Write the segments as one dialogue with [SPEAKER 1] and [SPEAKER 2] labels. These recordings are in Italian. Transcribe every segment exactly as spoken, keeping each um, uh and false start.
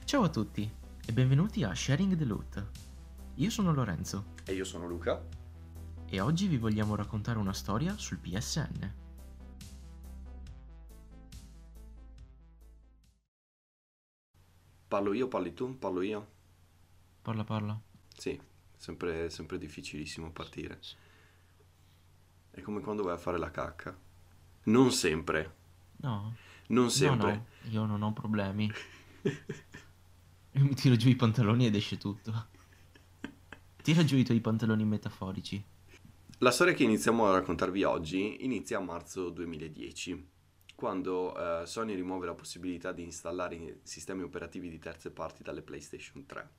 [SPEAKER 1] Ciao a tutti e benvenuti a Sharing the Loot. Io sono Lorenzo
[SPEAKER 2] E io sono Luca.
[SPEAKER 1] e oggi vi vogliamo raccontare una storia sul P S N.
[SPEAKER 2] Parlo io, parli tu, parlo io.
[SPEAKER 1] Parla parla.
[SPEAKER 2] Sì, sempre, sempre difficilissimo partire.
[SPEAKER 1] S-
[SPEAKER 2] È come quando vai a fare la cacca. Non sempre,
[SPEAKER 1] No,
[SPEAKER 2] non
[SPEAKER 1] no,
[SPEAKER 2] sempre.
[SPEAKER 1] no, io non ho problemi. Io mi tiro giù i pantaloni ed esce tutto. Tira giù i tuoi pantaloni metaforici.
[SPEAKER 2] La storia che iniziamo a raccontarvi oggi inizia a marzo duemiladieci, quando eh, Sony rimuove la possibilità di installare sistemi operativi di terze parti dalle PlayStation tre.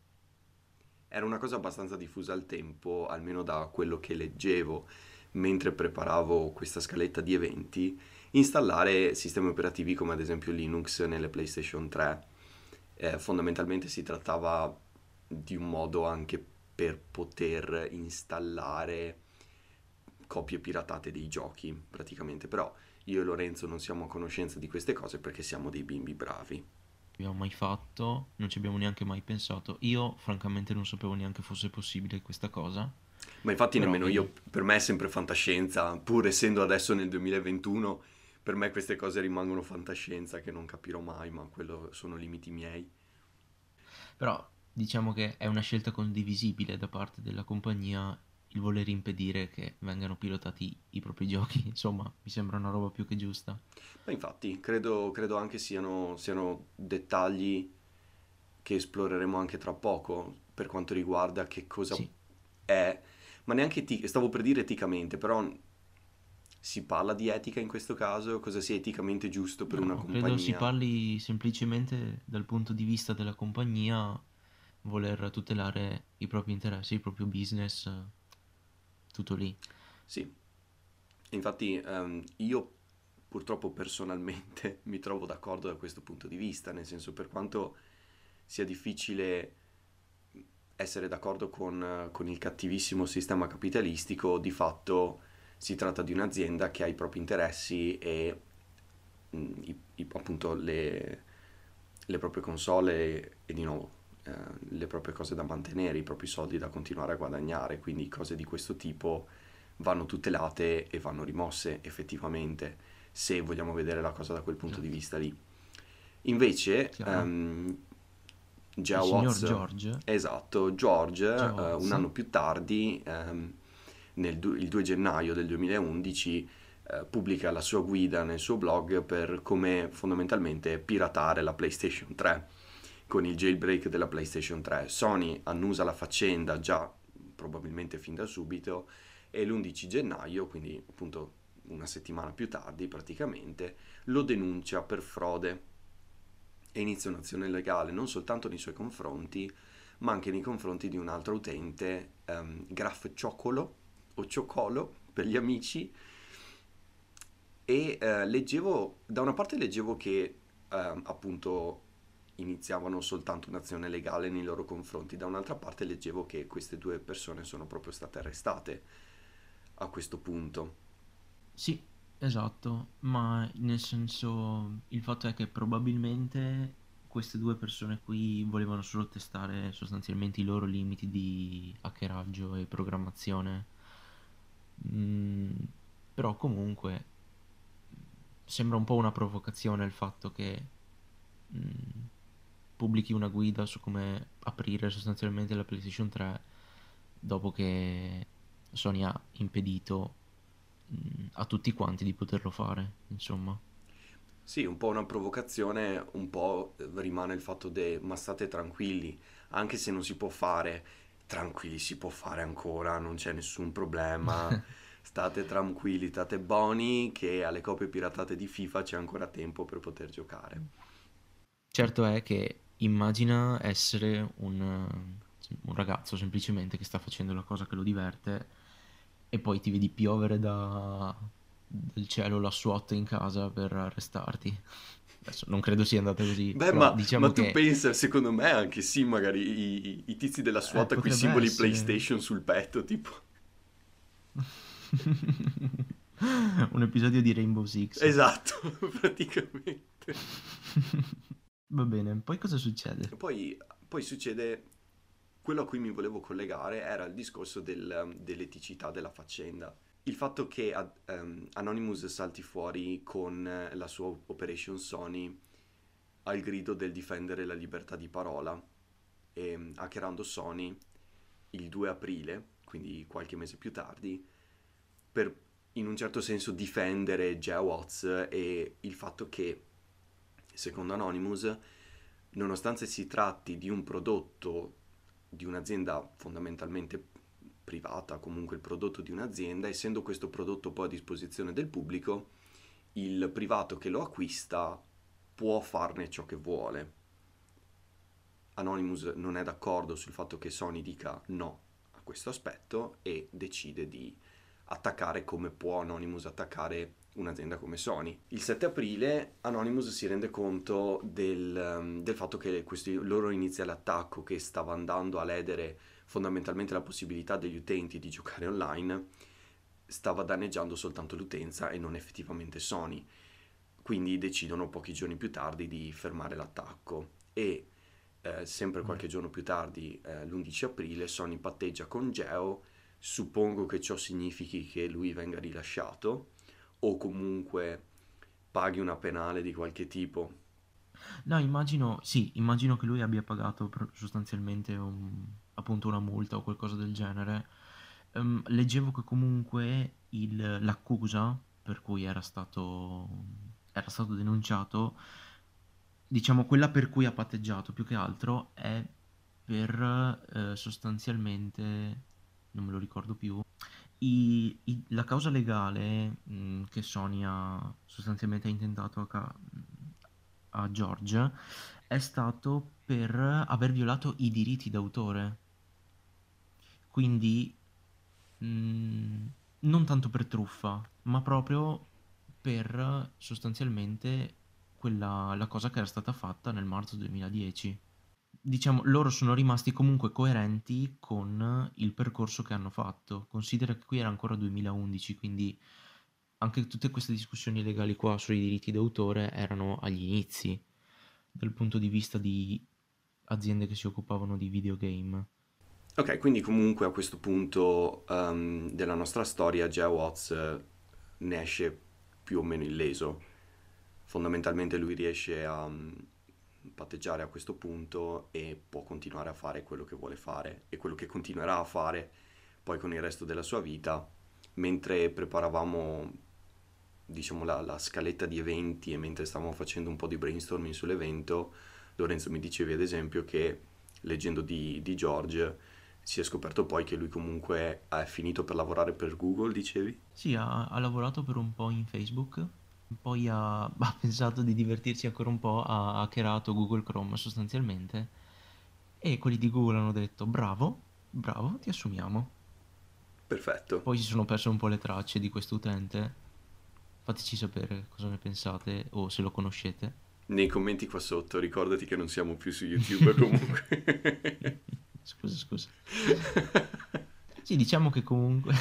[SPEAKER 2] Era una cosa abbastanza diffusa al tempo, almeno da quello che leggevo mentre preparavo questa scaletta di eventi, installare sistemi operativi come ad esempio Linux nelle PlayStation tre. Eh, fondamentalmente si trattava di un modo anche per poter installare copie piratate dei giochi, praticamente. Però io e Lorenzo non siamo a conoscenza di queste cose perché siamo dei bimbi bravi.
[SPEAKER 1] Abbiamo mai fatto, non ci abbiamo neanche mai pensato. Io francamente non sapevo neanche fosse possibile questa cosa.
[SPEAKER 2] Ma infatti
[SPEAKER 1] Però
[SPEAKER 2] nemmeno
[SPEAKER 1] vedi,
[SPEAKER 2] io, per me è sempre fantascienza, pur essendo adesso nel duemilaventuno, per me queste cose rimangono fantascienza che non capirò mai, ma quello sono limiti miei.
[SPEAKER 1] però diciamo che è una scelta condivisibile da parte della compagnia il voler impedire che vengano pilotati i propri giochi. Insomma, mi sembra una roba più che giusta.
[SPEAKER 2] Ma infatti, credo, credo anche siano, siano dettagli che esploreremo anche tra poco per quanto riguarda che cosa
[SPEAKER 1] Sì,
[SPEAKER 2] è, ma neanche eti- stavo per dire eticamente, però si parla di etica in questo caso, cosa sia eticamente giusto per una
[SPEAKER 1] no, credo si
[SPEAKER 2] compagnia.
[SPEAKER 1] parli semplicemente dal punto di vista della compagnia voler tutelare i propri interessi, il proprio business, eh, tutto lì.
[SPEAKER 2] Sì, infatti ehm, io purtroppo personalmente mi trovo d'accordo da questo punto di vista, nel senso per quanto sia difficile essere d'accordo con, con il cattivissimo sistema capitalistico, di fatto si tratta di un'azienda che ha i propri interessi e mh, i- i- appunto le, le proprie console e di nuovo eh, le proprie cose da mantenere, i propri soldi da continuare a guadagnare, quindi cose di questo tipo vanno tutelate e vanno rimosse effettivamente, se vogliamo vedere la cosa da quel punto di
[SPEAKER 1] Esatto,
[SPEAKER 2] vista lì. Invece,
[SPEAKER 1] chiaro.
[SPEAKER 2] ehm,
[SPEAKER 1] Il
[SPEAKER 2] Gia
[SPEAKER 1] signor
[SPEAKER 2] Watts,
[SPEAKER 1] George,
[SPEAKER 2] esatto, George, eh, un
[SPEAKER 1] George,
[SPEAKER 2] anno più tardi, ehm, nel du- il due gennaio del duemilaundici, eh, pubblica la sua guida nel suo blog per come fondamentalmente piratare la PlayStation tre con il jailbreak della PlayStation tre. Sony annusa la faccenda già probabilmente fin da subito e l'undici gennaio, quindi appunto una settimana più tardi praticamente, lo denuncia per frode e inizia un'azione legale non soltanto nei suoi confronti, ma anche nei confronti di un altro utente, ehm, Graf Ciocolo o Ciocolo per gli amici. E eh, leggevo, da una parte leggevo che ehm, appunto iniziavano soltanto un'azione legale nei loro confronti, da un'altra parte leggevo che queste due persone sono proprio state arrestate a questo punto.
[SPEAKER 1] sì, esatto, ma nel senso il fatto è che probabilmente queste due persone qui volevano solo testare sostanzialmente i loro limiti di hackeraggio e programmazione. Mm, però comunque sembra un po' una provocazione il fatto che mm, pubblichi una guida su come aprire sostanzialmente la PlayStation tre dopo che Sony ha impedito mm, a tutti quanti di poterlo fare, insomma.
[SPEAKER 2] Sì, un po' una provocazione, un po' rimane il fatto de ma state tranquilli, anche se non si può fare, tranquilli, si può fare ancora, non c'è nessun problema. State tranquilli, state buoni che alle copie piratate di FIFA c'è ancora tempo per poter giocare.
[SPEAKER 1] Certo è che immagina essere un, un ragazzo semplicemente che sta facendo la cosa che lo diverte e poi ti vedi piovere da, dal cielo la SWAT in casa per arrestarti. Adesso non credo sia andata così,
[SPEAKER 2] Beh,
[SPEAKER 1] però
[SPEAKER 2] ma, ma
[SPEAKER 1] diciamo
[SPEAKER 2] tu
[SPEAKER 1] che
[SPEAKER 2] pensa, secondo me anche sì, magari i, i- i tizi della
[SPEAKER 1] eh,
[SPEAKER 2] SWAT con i
[SPEAKER 1] potrebbe
[SPEAKER 2] simboli
[SPEAKER 1] essere
[SPEAKER 2] PlayStation sul petto, tipo.
[SPEAKER 1] un episodio di Rainbow Six.
[SPEAKER 2] Esatto, praticamente.
[SPEAKER 1] Va bene, poi cosa succede?
[SPEAKER 2] E poi, poi succede quello a cui mi volevo collegare era il discorso del- dell'eticità della faccenda. Il fatto che ad- ehm, Anonymous salti fuori con eh, la sua Operation Sony al grido del difendere la libertà di parola e mm, hackerando Sony il due aprile, quindi qualche mese più tardi, per in un certo senso difendere GeoWatts e il fatto che, secondo Anonymous, nonostante si tratti di un prodotto di un'azienda fondamentalmente privata, comunque il prodotto di un'azienda, essendo questo prodotto poi a disposizione del pubblico, il privato che lo acquista può farne ciò che vuole. Anonymous non è d'accordo sul fatto che Sony dica no a questo aspetto e decide di attaccare come può Anonymous attaccare un'azienda come Sony. Il sette aprile Anonymous si rende conto del, um, del fatto che questo loro iniziale attacco, che stava andando a ledere fondamentalmente la possibilità degli utenti di giocare online, stava danneggiando soltanto l'utenza e non effettivamente Sony. Quindi decidono pochi giorni più tardi di fermare l'attacco e eh, sempre
[SPEAKER 1] Mm.
[SPEAKER 2] qualche giorno più tardi, eh, l'undici aprile, Sony patteggia con Geo. Suppongo che ciò significhi che lui venga rilasciato o comunque paghi una penale di qualche tipo.
[SPEAKER 1] No, immagino, sì, immagino che lui abbia pagato pr- sostanzialmente un- appunto una multa o qualcosa del genere. Ehm, leggevo che comunque il- l'accusa per cui era stato, era stato denunciato, diciamo quella per cui ha patteggiato più che altro, è per eh, sostanzialmente, non me lo ricordo più, i- i- la causa legale mh, che Sony ha sostanzialmente ha intentato a, ca- a George è stato per aver violato i diritti d'autore. Quindi mh, non tanto per truffa, ma proprio per sostanzialmente quella, la cosa che era stata fatta nel marzo duemiladieci. Diciamo, loro sono rimasti comunque coerenti con il percorso che hanno fatto. Considera che qui era ancora duemilaundici, quindi anche tutte queste discussioni legali qua sui diritti d'autore erano agli inizi, dal punto di vista di aziende che si occupavano di videogame.
[SPEAKER 2] Ok, quindi comunque a questo punto ehm, della nostra storia Geo Watts eh, ne esce più o meno illeso. Fondamentalmente lui riesce a mm, patteggiare a questo punto e può continuare a fare quello che vuole fare e quello che continuerà a fare poi con il resto della sua vita. Mentre preparavamo, diciamo, la, la scaletta di eventi e mentre stavamo facendo un po' di brainstorming sull'evento, Lorenzo mi dicevi ad esempio che leggendo di, di George si è scoperto poi che lui comunque ha finito per lavorare per Google, dicevi?
[SPEAKER 1] Sì, ha, ha lavorato per un po' in Facebook, poi ha, ha pensato di divertirsi ancora un po', ha hackerato Google Chrome sostanzialmente e quelli di Google hanno detto bravo, bravo, ti assumiamo.
[SPEAKER 2] Perfetto.
[SPEAKER 1] Poi si sono perse un po' le tracce di questo utente, fateci sapere cosa ne pensate o se lo conoscete.
[SPEAKER 2] Nei commenti qua sotto, ricordati che non siamo più su YouTube comunque.
[SPEAKER 1] Scusa, scusa. Sì, diciamo che comunque,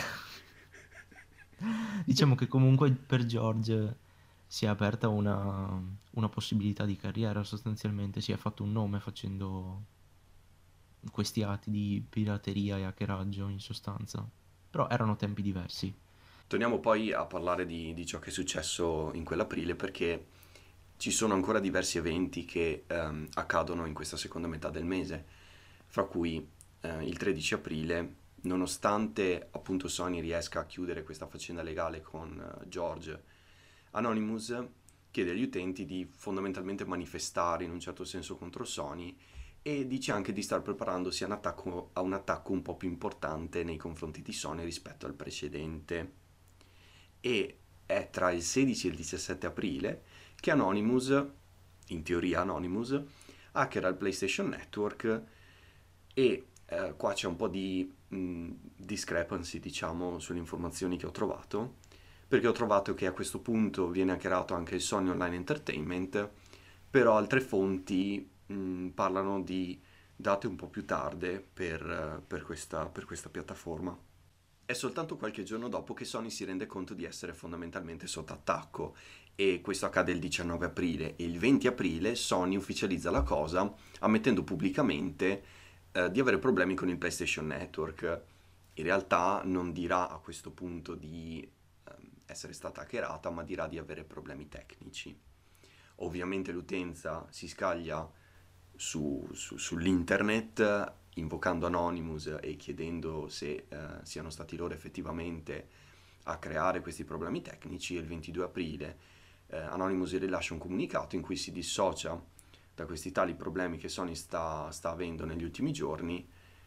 [SPEAKER 1] diciamo che comunque per George si è aperta una, una possibilità di carriera, sostanzialmente si è fatto un nome facendo questi atti di pirateria e hackeraggio in sostanza. Però erano tempi diversi.
[SPEAKER 2] Torniamo poi a parlare di, di ciò che è successo in quell'aprile perché ci sono ancora diversi eventi che ehm, accadono in questa seconda metà del mese, fra cui eh, il tredici aprile, nonostante appunto Sony riesca a chiudere questa faccenda legale con eh, George, Anonymous chiede agli utenti di fondamentalmente manifestare in un certo senso contro Sony e dice anche di star preparandosi a un attacco, a un attacco un po' più importante nei confronti di Sony rispetto al precedente. E è tra il sedici e il diciassette aprile che Anonymous, in teoria Anonymous, hackera il PlayStation Network e eh, qua c'è un po' di mh, discrepancy, diciamo, sulle informazioni che ho trovato, perché ho trovato che a questo punto viene hackerato anche il Sony Online Entertainment, però altre fonti mh, parlano di date un po' più tarde per, per questa, per questa piattaforma. È soltanto qualche giorno dopo che Sony si rende conto di essere fondamentalmente sotto attacco e questo accade il diciannove aprile e il venti aprile Sony ufficializza la cosa ammettendo pubblicamente eh, di avere problemi con il PlayStation Network. In realtà non dirà a questo punto di ehm, essere stata hackerata, ma dirà di avere problemi tecnici. Ovviamente l'utenza si scaglia su, su- sull'internet invocando Anonymous e chiedendo se eh, siano stati loro effettivamente a creare questi problemi tecnici e il ventidue aprile eh, Anonymous rilascia un comunicato in cui si dissocia da questi tali problemi che Sony sta, sta avendo negli ultimi giorni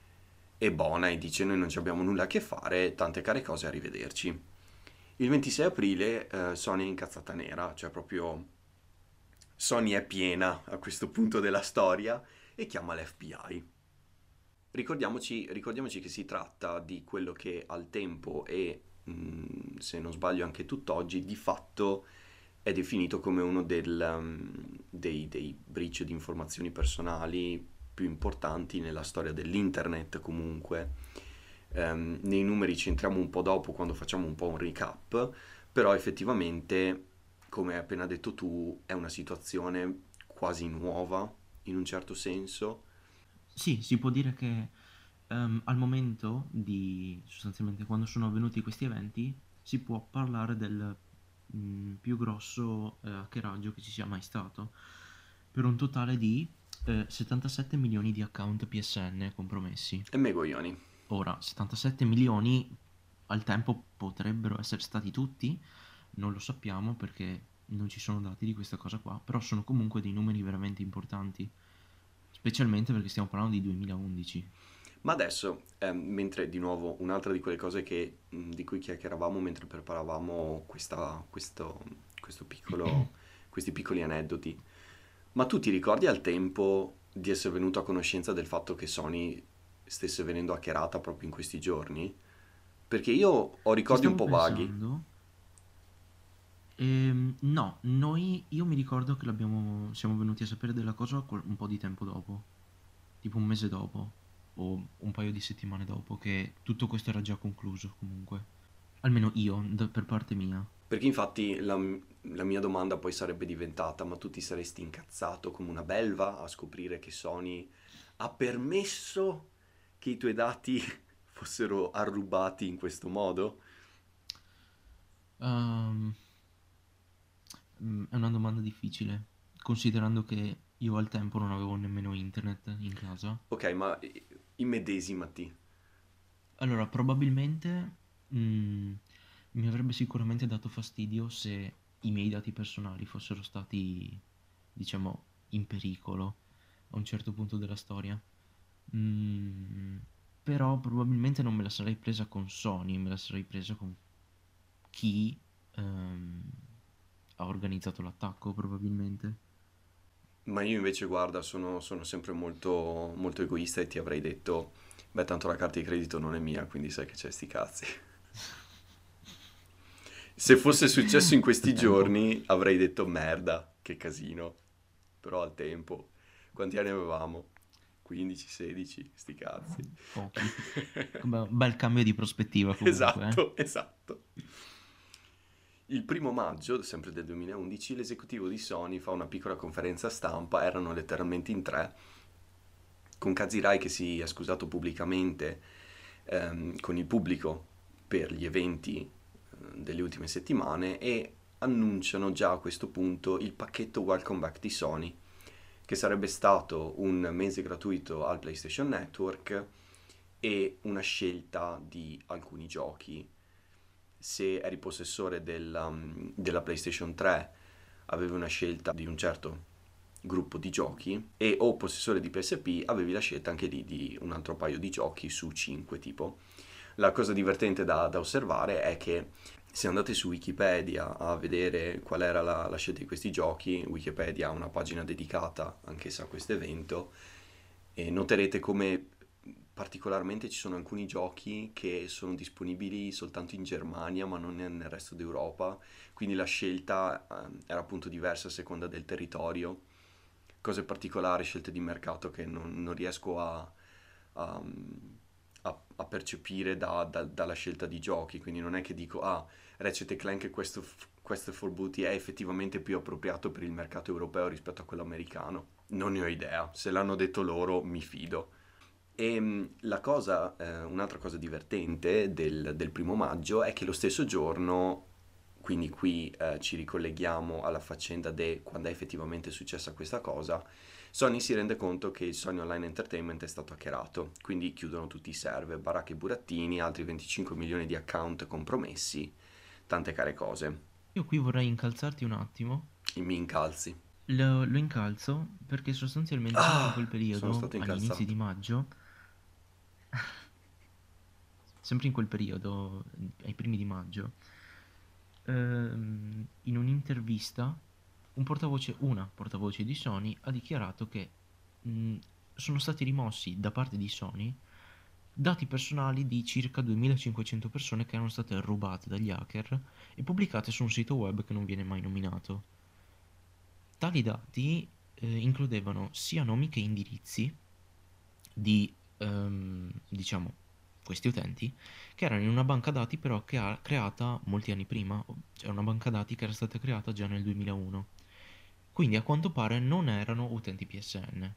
[SPEAKER 2] e bona e dice noi non ci abbiamo nulla a che fare, tante care cose, arrivederci. Il ventisei aprile eh, Sony è incazzata nera, cioè proprio Sony è piena a questo punto della storia e chiama l'F B I. Ricordiamoci, ricordiamoci che si tratta di quello che al tempo e, mh, se non sbaglio anche tutt'oggi, di fatto è definito come uno del, um, dei, dei breach di informazioni personali più importanti nella storia dell'internet comunque. Um, nei numeri ci entriamo un po' dopo quando facciamo un po' un recap, però effettivamente, come hai appena detto tu, è una situazione quasi nuova in un certo senso.
[SPEAKER 1] Sì, si può dire che ehm, al momento di, sostanzialmente quando sono avvenuti questi eventi, si può parlare del mh, più grosso eh, hackeraggio che ci sia mai stato, per un totale di eh, settantasette milioni di account P S N compromessi.
[SPEAKER 2] E me coglioni.
[SPEAKER 1] Ora, settantasette milioni al tempo potrebbero essere stati tutti, non lo sappiamo perché non ci sono dati di questa cosa qua, però sono comunque dei numeri veramente importanti, specialmente perché stiamo parlando di duemilaundici.
[SPEAKER 2] Ma adesso, ehm, mentre di nuovo un'altra di quelle cose che, mh, di cui chiacchieravamo mentre preparavamo questa- questo, questo piccolo, questi piccoli aneddoti, ma tu ti ricordi al tempo di essere venuto a conoscenza del fatto che Sony stesse venendo hackerata proprio in questi giorni? Perché io ho
[SPEAKER 1] Ci
[SPEAKER 2] ricordi un
[SPEAKER 1] stavo
[SPEAKER 2] po' vaghi.
[SPEAKER 1] pensando, ehm, no, noi, io mi ricordo che l'abbiamo, siamo venuti a sapere della cosa col- un po' di tempo dopo, tipo un mese dopo, o un paio di settimane dopo, che tutto questo era già concluso comunque. Almeno io, da- per parte mia.
[SPEAKER 2] Perché infatti la, la mia domanda poi sarebbe diventata, ma tu ti saresti incazzato come una belva a scoprire che Sony ha permesso che i tuoi dati fossero arrubati in questo modo?
[SPEAKER 1] Ehm, mm, è una domanda difficile, considerando che io al tempo non avevo nemmeno internet in casa.
[SPEAKER 2] Ok, ma i- immedesimati.
[SPEAKER 1] Allora, probabilmente mm, mi avrebbe sicuramente dato fastidio se i miei dati personali fossero stati, diciamo, in pericolo a un certo punto della storia. Mm, però probabilmente non me la sarei presa con Sony, me la sarei presa con chi ehm, ha organizzato l'attacco, probabilmente.
[SPEAKER 2] Ma io invece, guarda, sono, sono sempre molto, molto egoista e ti avrei detto, beh, tanto la carta di credito non è mia, quindi sai che c'è sti cazzi. Se fosse successo in
[SPEAKER 1] Al
[SPEAKER 2] questi
[SPEAKER 1] tempo.
[SPEAKER 2] giorni avrei detto merda, che casino. Però al tempo, quanti anni avevamo? quindici, sedici, sti cazzi.
[SPEAKER 1] Pochi. Come un bel cambio di prospettiva comunque, eh.
[SPEAKER 2] Esatto, esatto. Il primo maggio, sempre del duemilaundici, l'esecutivo di Sony fa una piccola conferenza stampa, erano letteralmente in tre, con Kazirai che si è scusato pubblicamente ehm, con il pubblico per gli eventi eh, delle ultime settimane e annunciano già a questo punto il pacchetto Welcome Back di Sony, che sarebbe stato un mese gratuito al PlayStation Network e una scelta di alcuni giochi. Se eri possessore della, della PlayStation tre avevi una scelta di un certo gruppo di giochi e o possessore di P S P avevi la scelta anche lì di un altro paio di giochi su cinque tipo. La cosa divertente da, da osservare è che se andate su Wikipedia a vedere qual era la, la scelta di questi giochi, Wikipedia ha una pagina dedicata anch'essa a questo evento e noterete come particolarmente ci sono alcuni giochi che sono disponibili soltanto in Germania ma non nel resto d'Europa, quindi la scelta eh, era appunto diversa a seconda del territorio, cose particolari, scelte di mercato che non, non riesco a, a, a- a percepire da- da- dalla scelta di giochi, quindi non è che dico, ah, Ratchet e Clank questo, questo for Booty è effettivamente più appropriato per il mercato europeo rispetto a quello americano. Non ne ho idea, se l'hanno detto loro mi fido. E mh, la cosa, eh, un'altra cosa divertente del, del primo maggio è che lo stesso giorno, quindi qui eh, ci ricolleghiamo alla faccenda di quando è effettivamente successa questa cosa, Sony si rende conto che il Sony Online Entertainment è stato hackerato, quindi chiudono tutti i server, baracche e burattini, altri venticinque milioni di account compromessi, tante care cose.
[SPEAKER 1] Io qui vorrei incalzarti un attimo.
[SPEAKER 2] I mi incalzi.
[SPEAKER 1] Lo, lo incalzo perché sostanzialmente sempre in quel
[SPEAKER 2] Ah, sono
[SPEAKER 1] periodo,
[SPEAKER 2] stato
[SPEAKER 1] agli inizi di
[SPEAKER 2] incalzato.
[SPEAKER 1] maggio, sempre in quel periodo, ai primi di maggio, ehm, in un'intervista, un portavoce, una portavoce di Sony ha dichiarato che mh, sono stati rimossi da parte di Sony dati personali di circa duemilacinquecento persone che erano state rubate dagli hacker e pubblicate su un sito web che non viene mai nominato. Tali dati eh, includevano sia nomi che indirizzi di, ehm, diciamo, questi utenti, che erano in una banca dati però che ha creata molti anni prima, cioè una banca dati che era stata creata già nel duemilauno. Quindi a quanto pare non erano utenti P S N.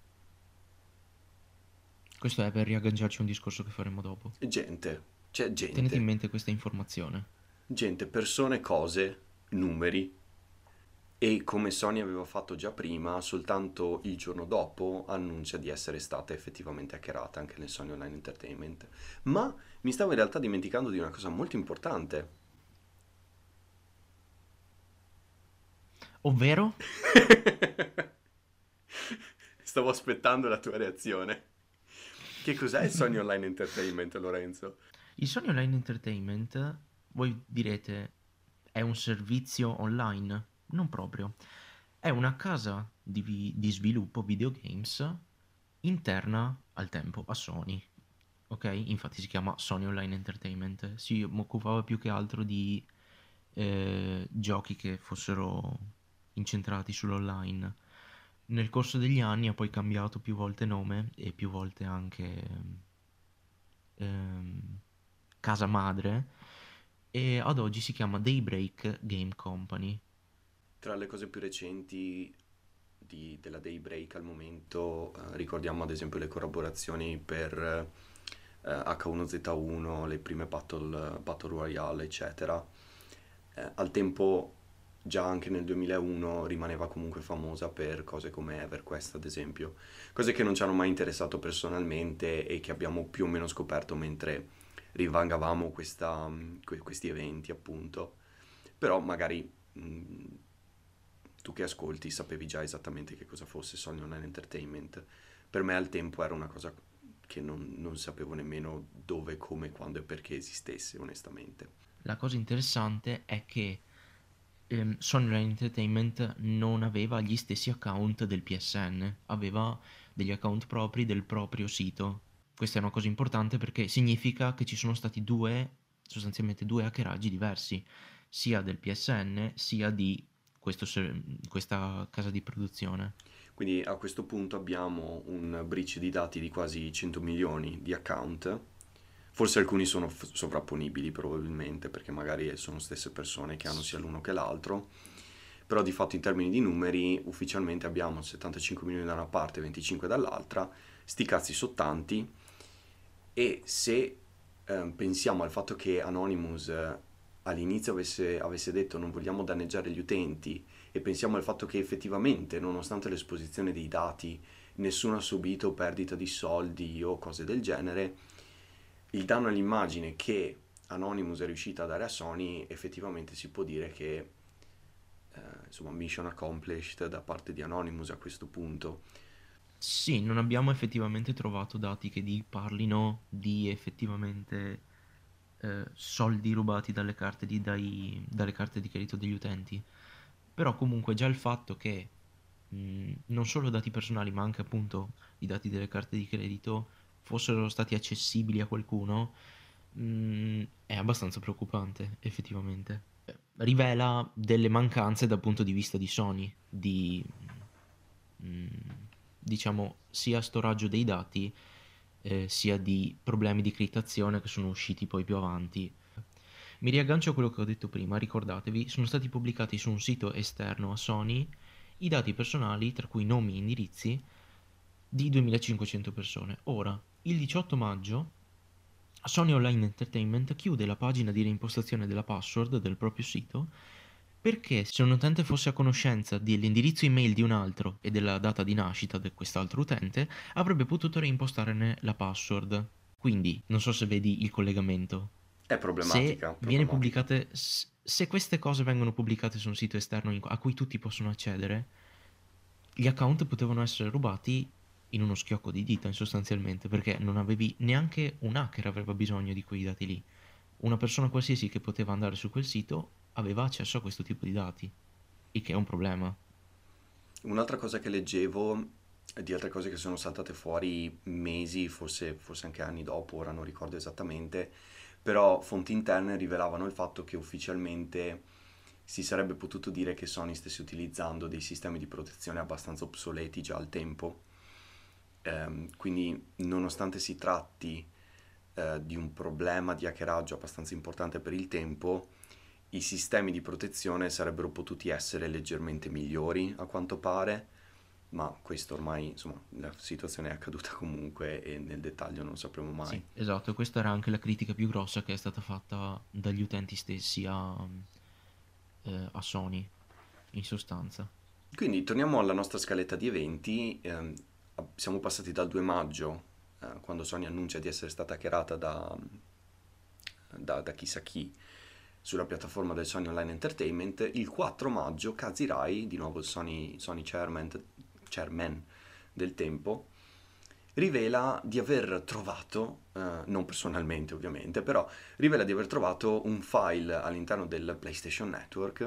[SPEAKER 1] Questo è per riagganciarci a un discorso che faremo dopo.
[SPEAKER 2] Gente, c'è
[SPEAKER 1] Tenete in
[SPEAKER 2] gente,
[SPEAKER 1] mente questa informazione.
[SPEAKER 2] gente, persone, cose, numeri. E come Sony aveva fatto già prima, soltanto il giorno dopo annuncia di essere stata effettivamente hackerata anche nel Sony Online Entertainment. Ma mi stavo in realtà dimenticando di una cosa molto importante.
[SPEAKER 1] Ovvero,
[SPEAKER 2] Stavo aspettando la tua reazione. Che cos'è il Sony Online Entertainment, Lorenzo?
[SPEAKER 1] il Sony Online Entertainment, voi direte, è un servizio online? Non proprio. È una casa di, vi- di sviluppo videogames interna al tempo a Sony. Ok? Infatti si chiama Sony Online Entertainment. Si occupava più che altro di eh, giochi che fossero incentrati sull'online. Nel corso degli anni ha poi cambiato più volte nome e più volte anche ehm, casa madre e ad oggi si chiama Daybreak Game Company.
[SPEAKER 2] Tra le cose più recenti di- della Daybreak al momento, eh, ricordiamo ad esempio le collaborazioni per eh, acca uno zeta uno, le prime Battle, Battle Royale, eccetera. Eh, al tempo, già anche nel duemilauno, rimaneva comunque famosa per cose come EverQuest, ad esempio. Cose che non ci hanno mai interessato personalmente e che abbiamo più o meno scoperto mentre rivangavamo questa- que- questi eventi, appunto. Però magari mh, tu che ascolti sapevi già esattamente che cosa fosse Sony Online Entertainment. Per me al tempo era una cosa che non, non sapevo nemmeno dove, come, quando e perché esistesse, onestamente.
[SPEAKER 1] La cosa interessante è che ehm, Sony Online Entertainment non aveva gli stessi account del P S N, aveva degli account propri del proprio sito. Questa è una cosa importante perché significa che ci sono stati due, sostanzialmente due hackeraggi diversi, sia del P S N sia di questo ser- questa casa di produzione.
[SPEAKER 2] Quindi a questo punto abbiamo un breach di dati di quasi cento milioni di account. Forse alcuni sono f- sovrapponibili probabilmente perché magari sono stesse persone che hanno sia l'uno che l'altro. Però di fatto in termini di numeri ufficialmente abbiamo settantacinque milioni da una parte e venticinque dall'altra. Sti cazzi sono tanti. E se eh, pensiamo al fatto che Anonymous eh, all'inizio avesse, avesse detto non vogliamo danneggiare gli utenti e pensiamo al fatto che effettivamente, nonostante l'esposizione dei dati, nessuno ha subito perdita di soldi o cose del genere, il danno all'immagine che Anonymous è riuscita a dare a Sony, effettivamente si può dire che eh, insomma mission accomplished da parte di Anonymous a questo punto.
[SPEAKER 1] Sì, non abbiamo effettivamente trovato dati che di- parlino di effettivamente eh, soldi rubati dalle carte di, dai- dalle carte di credito degli utenti. Però comunque già il fatto che mh, non solo dati personali, ma anche appunto i dati delle carte di credito fossero stati accessibili a qualcuno, mh, è abbastanza preoccupante, effettivamente. Eh, Rivela delle mancanze dal punto di vista di Sony, di, mh, diciamo, sia storaggio dei dati, eh, sia di problemi di criptazione che sono usciti poi più avanti. Mi riaggancio a quello che ho detto prima, ricordatevi, sono stati pubblicati su un sito esterno a Sony i dati personali, tra cui nomi e indirizzi, di duemilacinquecento persone. Ora, il diciotto maggio, Sony Online Entertainment chiude la pagina di reimpostazione della password del proprio sito perché se un utente fosse a conoscenza dell'indirizzo email di un altro e della data di nascita di quest'altro utente, avrebbe potuto reimpostare la password. Quindi, non so se vedi il collegamento.
[SPEAKER 2] È
[SPEAKER 1] Se
[SPEAKER 2] problematica,
[SPEAKER 1] viene
[SPEAKER 2] problematica.
[SPEAKER 1] pubblicate, s- se queste cose vengono pubblicate su un sito esterno in- a cui tutti possono accedere, gli account potevano essere rubati in uno schiocco di dita, sostanzialmente, perché non avevi neanche un hacker aveva bisogno di quei dati lì. Una persona qualsiasi che poteva andare su quel sito aveva accesso a questo tipo di dati, il che è un problema.
[SPEAKER 2] Un'altra cosa che leggevo, di altre cose che sono saltate fuori mesi, forse, forse anche anni dopo, ora non ricordo esattamente, però fonti interne rivelavano il fatto che ufficialmente si sarebbe potuto dire che Sony stesse utilizzando dei sistemi di protezione abbastanza obsoleti già al tempo. Ehm, quindi, nonostante si tratti eh, di un problema di hackeraggio abbastanza importante per il tempo, i sistemi di protezione sarebbero potuti essere leggermente migliori, a quanto pare, ma questo ormai, insomma, la situazione è accaduta comunque e nel dettaglio non sapremo mai.
[SPEAKER 1] Sì, esatto, questa era anche la critica più grossa che è stata fatta dagli utenti stessi a, eh, a Sony, in sostanza.
[SPEAKER 2] Quindi torniamo alla nostra scaletta di eventi. Ehm, siamo passati dal due maggio, eh, quando Sony annuncia di essere stata hackerata da, da, da chissà chi sulla piattaforma del Sony Online Entertainment. Il quattro maggio Kazirai, di nuovo il Sony, Sony chairman, chairman del tempo, rivela di aver trovato, eh, non personalmente ovviamente, però rivela di aver trovato un file all'interno del PlayStation Network,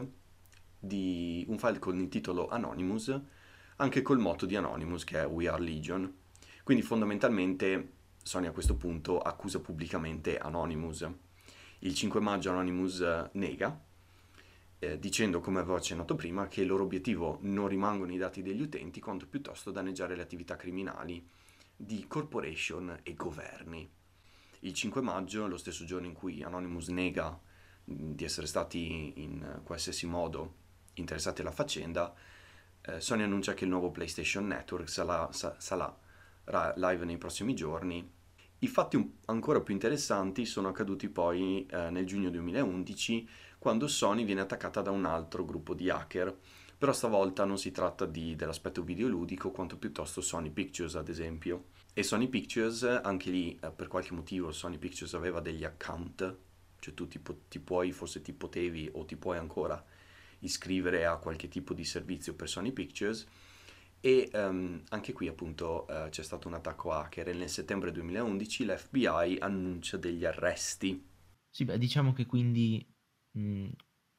[SPEAKER 2] di un file con il titolo Anonymous, anche col motto di Anonymous che è We Are Legion. Quindi fondamentalmente Sony a questo punto accusa pubblicamente Anonymous. Il cinque maggio Anonymous eh, nega, eh, dicendo, come avevo accennato prima, che il loro obiettivo non rimangono i dati degli utenti, quanto piuttosto danneggiare le attività criminali di corporation e governi. Il cinque maggio, lo stesso giorno in cui Anonymous nega mh, di essere stati in qualsiasi modo interessati alla faccenda, eh, Sony annuncia che il nuovo PlayStation Network sarà, sa- sarà ra- live nei prossimi giorni. I fatti un- ancora più interessanti sono accaduti poi eh, nel giugno duemilaundici, quando Sony viene attaccata da un altro gruppo di hacker. Però stavolta non si tratta di- dell'aspetto videoludico, quanto piuttosto Sony Pictures, ad esempio. E Sony Pictures, anche lì, eh, per qualche motivo, Sony Pictures aveva degli account, cioè tu ti, po- ti puoi, forse ti potevi o ti puoi ancora iscrivere a qualche tipo di servizio per Sony Pictures. E ehm, anche qui appunto eh, c'è stato un attacco hacker e nel settembre duemilaundici l'F B I annuncia degli arresti.
[SPEAKER 1] Sì, beh, diciamo che quindi, mh,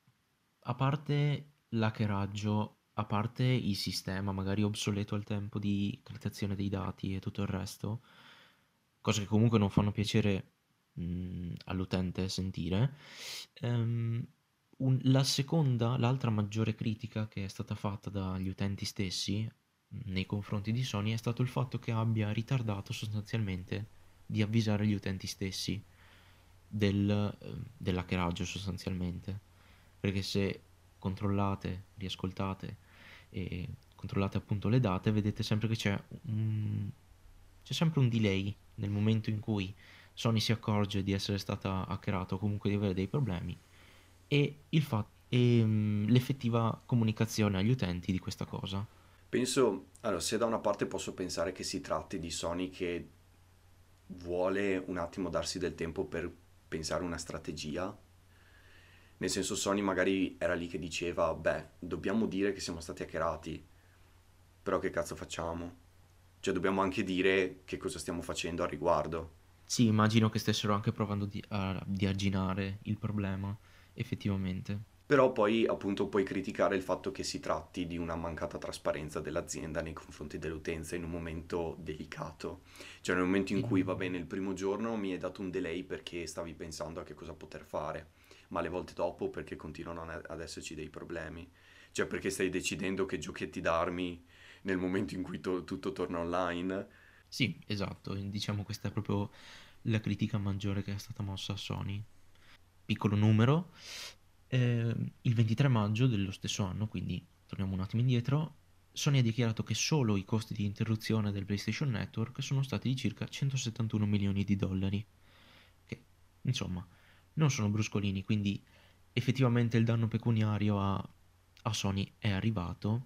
[SPEAKER 1] a parte l'hackeraggio, a parte il sistema magari obsoleto al tempo di criptazione dei dati e tutto il resto, cose che comunque non fanno piacere mh, all'utente sentire, ehm, un- la seconda, l'altra maggiore critica che è stata fatta dagli utenti stessi mh, nei confronti di Sony è stato il fatto che abbia ritardato sostanzialmente di avvisare gli utenti stessi del, eh, dell'hackeraggio sostanzialmente. Perché se controllate, riascoltate e controllate appunto le date, vedete sempre che c'è un, c'è sempre un delay nel momento in cui Sony si accorge di essere stata hackerata o comunque di avere dei problemi e, il fa- e mm, l'effettiva comunicazione agli utenti di questa cosa.
[SPEAKER 2] Penso, allora, se da una parte posso pensare che si tratti di Sony che vuole un attimo darsi del tempo per pensare una strategia, nel senso Sony magari era lì che diceva, beh, dobbiamo dire che siamo stati hackerati, però che cazzo facciamo? Cioè dobbiamo anche dire che cosa stiamo facendo al riguardo.
[SPEAKER 1] Sì, immagino che stessero anche provando di, a- di arginare il problema, effettivamente.
[SPEAKER 2] Però poi appunto puoi criticare il fatto che si tratti di una mancata trasparenza dell'azienda nei confronti dell'utenza in un momento delicato. Cioè nel momento in
[SPEAKER 1] Sì,
[SPEAKER 2] cui va
[SPEAKER 1] mm,
[SPEAKER 2] bene il primo giorno mi hai dato un delay perché stavi pensando a che cosa poter fare, ma le volte dopo perché continuano ad ad esserci dei problemi. Cioè perché stai decidendo che giochetti darmi nel momento in cui to- tutto torna online.
[SPEAKER 1] Sì, esatto, diciamo questa è proprio la critica maggiore che è stata mossa a Sony. Piccolo numero, ehm, il ventitré maggio dello stesso anno, quindi torniamo un attimo indietro, Sony ha dichiarato che solo i costi di interruzione del PlayStation Network sono stati di circa centosettantuno milioni di dollari, che insomma non sono bruscolini, quindi effettivamente il danno pecuniario a, a Sony è arrivato,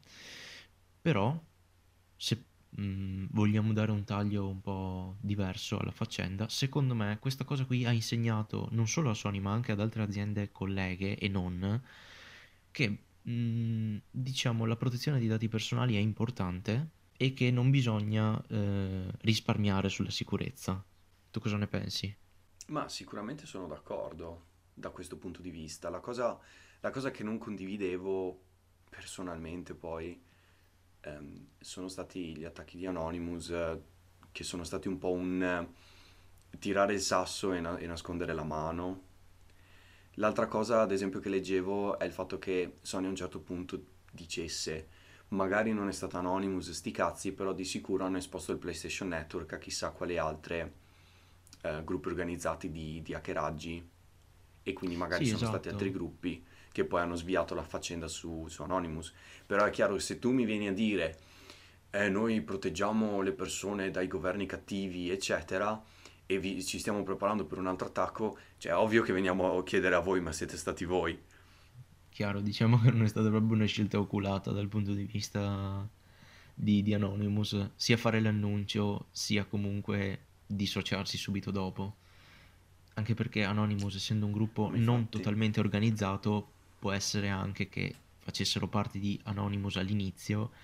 [SPEAKER 1] però se mh, vogliamo dare un taglio un po' diverso alla faccenda, secondo me questa cosa qui ha insegnato non solo a Sony ma anche ad altre aziende colleghe e non, che mh, diciamo la protezione dei dati personali è importante e che non bisogna eh, risparmiare sulla sicurezza. Tu cosa ne pensi?
[SPEAKER 2] Ma sicuramente sono d'accordo da questo punto di vista. La cosa, la cosa che non condividevo personalmente poi ehm, sono stati gli attacchi di Anonymous, eh, che sono stati un po' un eh, tirare il sasso e, na- e nascondere la mano. L'altra cosa, ad esempio, che leggevo è il fatto che Sony a un certo punto dicesse magari non è stata Anonymous, sti cazzi, però di sicuro hanno esposto il PlayStation Network a chissà quali altre eh, gruppi organizzati di, di hackeraggi e quindi magari
[SPEAKER 1] Sì,
[SPEAKER 2] sono stati altri
[SPEAKER 1] esatto.
[SPEAKER 2] gruppi che poi hanno sviato la faccenda su, su Anonymous. Però è chiaro che se tu mi vieni a dire eh, noi proteggiamo le persone dai governi cattivi, eccetera, e vi- ci stiamo preparando per un altro attacco, cioè è ovvio che veniamo a chiedere a voi, ma siete stati voi?
[SPEAKER 1] Chiaro, diciamo che non è stata proprio una scelta oculata dal punto di vista di, di Anonymous, sia fare l'annuncio, sia comunque dissociarsi subito dopo. Anche perché Anonymous, essendo un gruppo
[SPEAKER 2] Ma
[SPEAKER 1] non
[SPEAKER 2] infatti,
[SPEAKER 1] totalmente organizzato, può essere anche che facessero parte di Anonymous all'inizio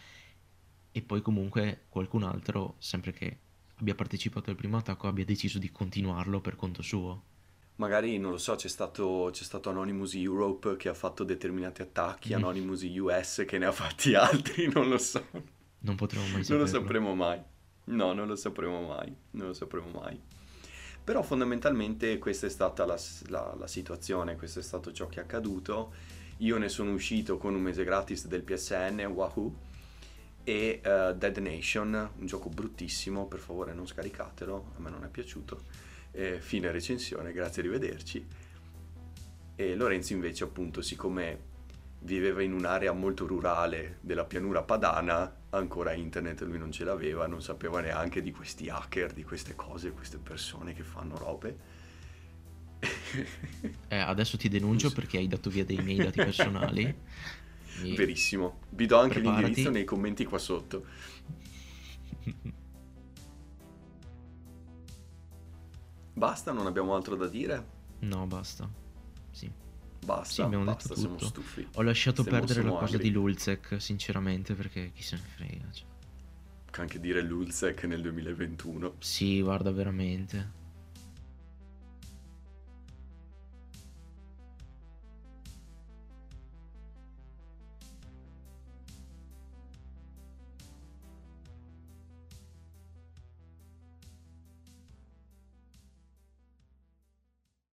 [SPEAKER 1] e poi comunque qualcun altro, sempre che abbia partecipato al primo attacco, abbia deciso di continuarlo per conto suo.
[SPEAKER 2] magari, non lo so, c'è stato, c'è stato Anonymous Europe che ha fatto determinati attacchi,
[SPEAKER 1] Mm,
[SPEAKER 2] Anonymous U S che ne ha fatti altri, non lo so.
[SPEAKER 1] non potremo mai
[SPEAKER 2] Non lo
[SPEAKER 1] saperlo.
[SPEAKER 2] sapremo mai. No, non lo sapremo mai. Non lo sapremo mai. Però fondamentalmente questa è stata la, la- la situazione, questo è stato ciò che è accaduto. Io ne sono uscito con un mese gratis del P S N, Wahoo, e eh, Dead Nation, un gioco bruttissimo, per favore non scaricatelo, a me non è piaciuto. Eh, fine recensione, grazie, arrivederci. E Lorenzo invece appunto, siccome viveva in un'area molto rurale della pianura padana, ancora internet lui non ce l'aveva, non sapeva neanche di questi hacker, di queste cose, queste persone che fanno robe.
[SPEAKER 1] Eh, adesso ti denuncio perché hai dato via dei miei dati personali. E
[SPEAKER 2] Verissimo. Vi do anche l'indirizzo
[SPEAKER 1] preparati.
[SPEAKER 2] nei commenti qua sotto. Basta, non abbiamo altro da dire?
[SPEAKER 1] No, basta. Sì. Sì,
[SPEAKER 2] Basta,
[SPEAKER 1] abbiamo detto
[SPEAKER 2] basta, siamo
[SPEAKER 1] tutto.
[SPEAKER 2] stufi.
[SPEAKER 1] Ho lasciato
[SPEAKER 2] Siamo,
[SPEAKER 1] perdere la
[SPEAKER 2] siamo
[SPEAKER 1] cosa di
[SPEAKER 2] agri.
[SPEAKER 1] Lulzek, sinceramente, perché chi se ne frega. Cioè.
[SPEAKER 2] Puoi anche dire Lulzek nel duemilaventuno.
[SPEAKER 1] Sì, guarda, veramente.